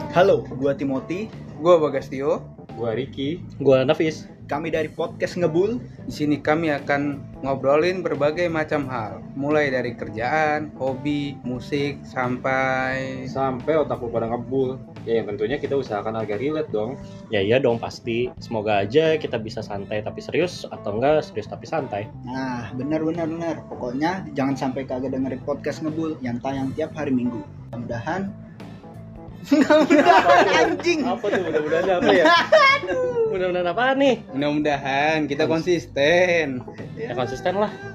Halo, gua Timothy. Gua Bagastio. Gua Ricky. Gua Nafis. Kami dari podcast Ngebul. Di sini kami akan ngobrolin berbagai macam hal, mulai dari kerjaan, hobi, musik, sampai otak lu pada ngebul. Ya yang tentunya kita usahakan agak relate dong. Ya iya dong pasti. Semoga aja kita bisa santai tapi serius atau enggak serius tapi santai. Nah, benar. Pokoknya jangan sampai kagak dengerin podcast Ngebul yang tayang tiap hari Minggu. Mudah-mudahan anjing. Apa tuh mudah-mudahan apa ya? Mudah-mudahan apa nih? mudah-mudahan kita konsisten. Ya konsisten lah.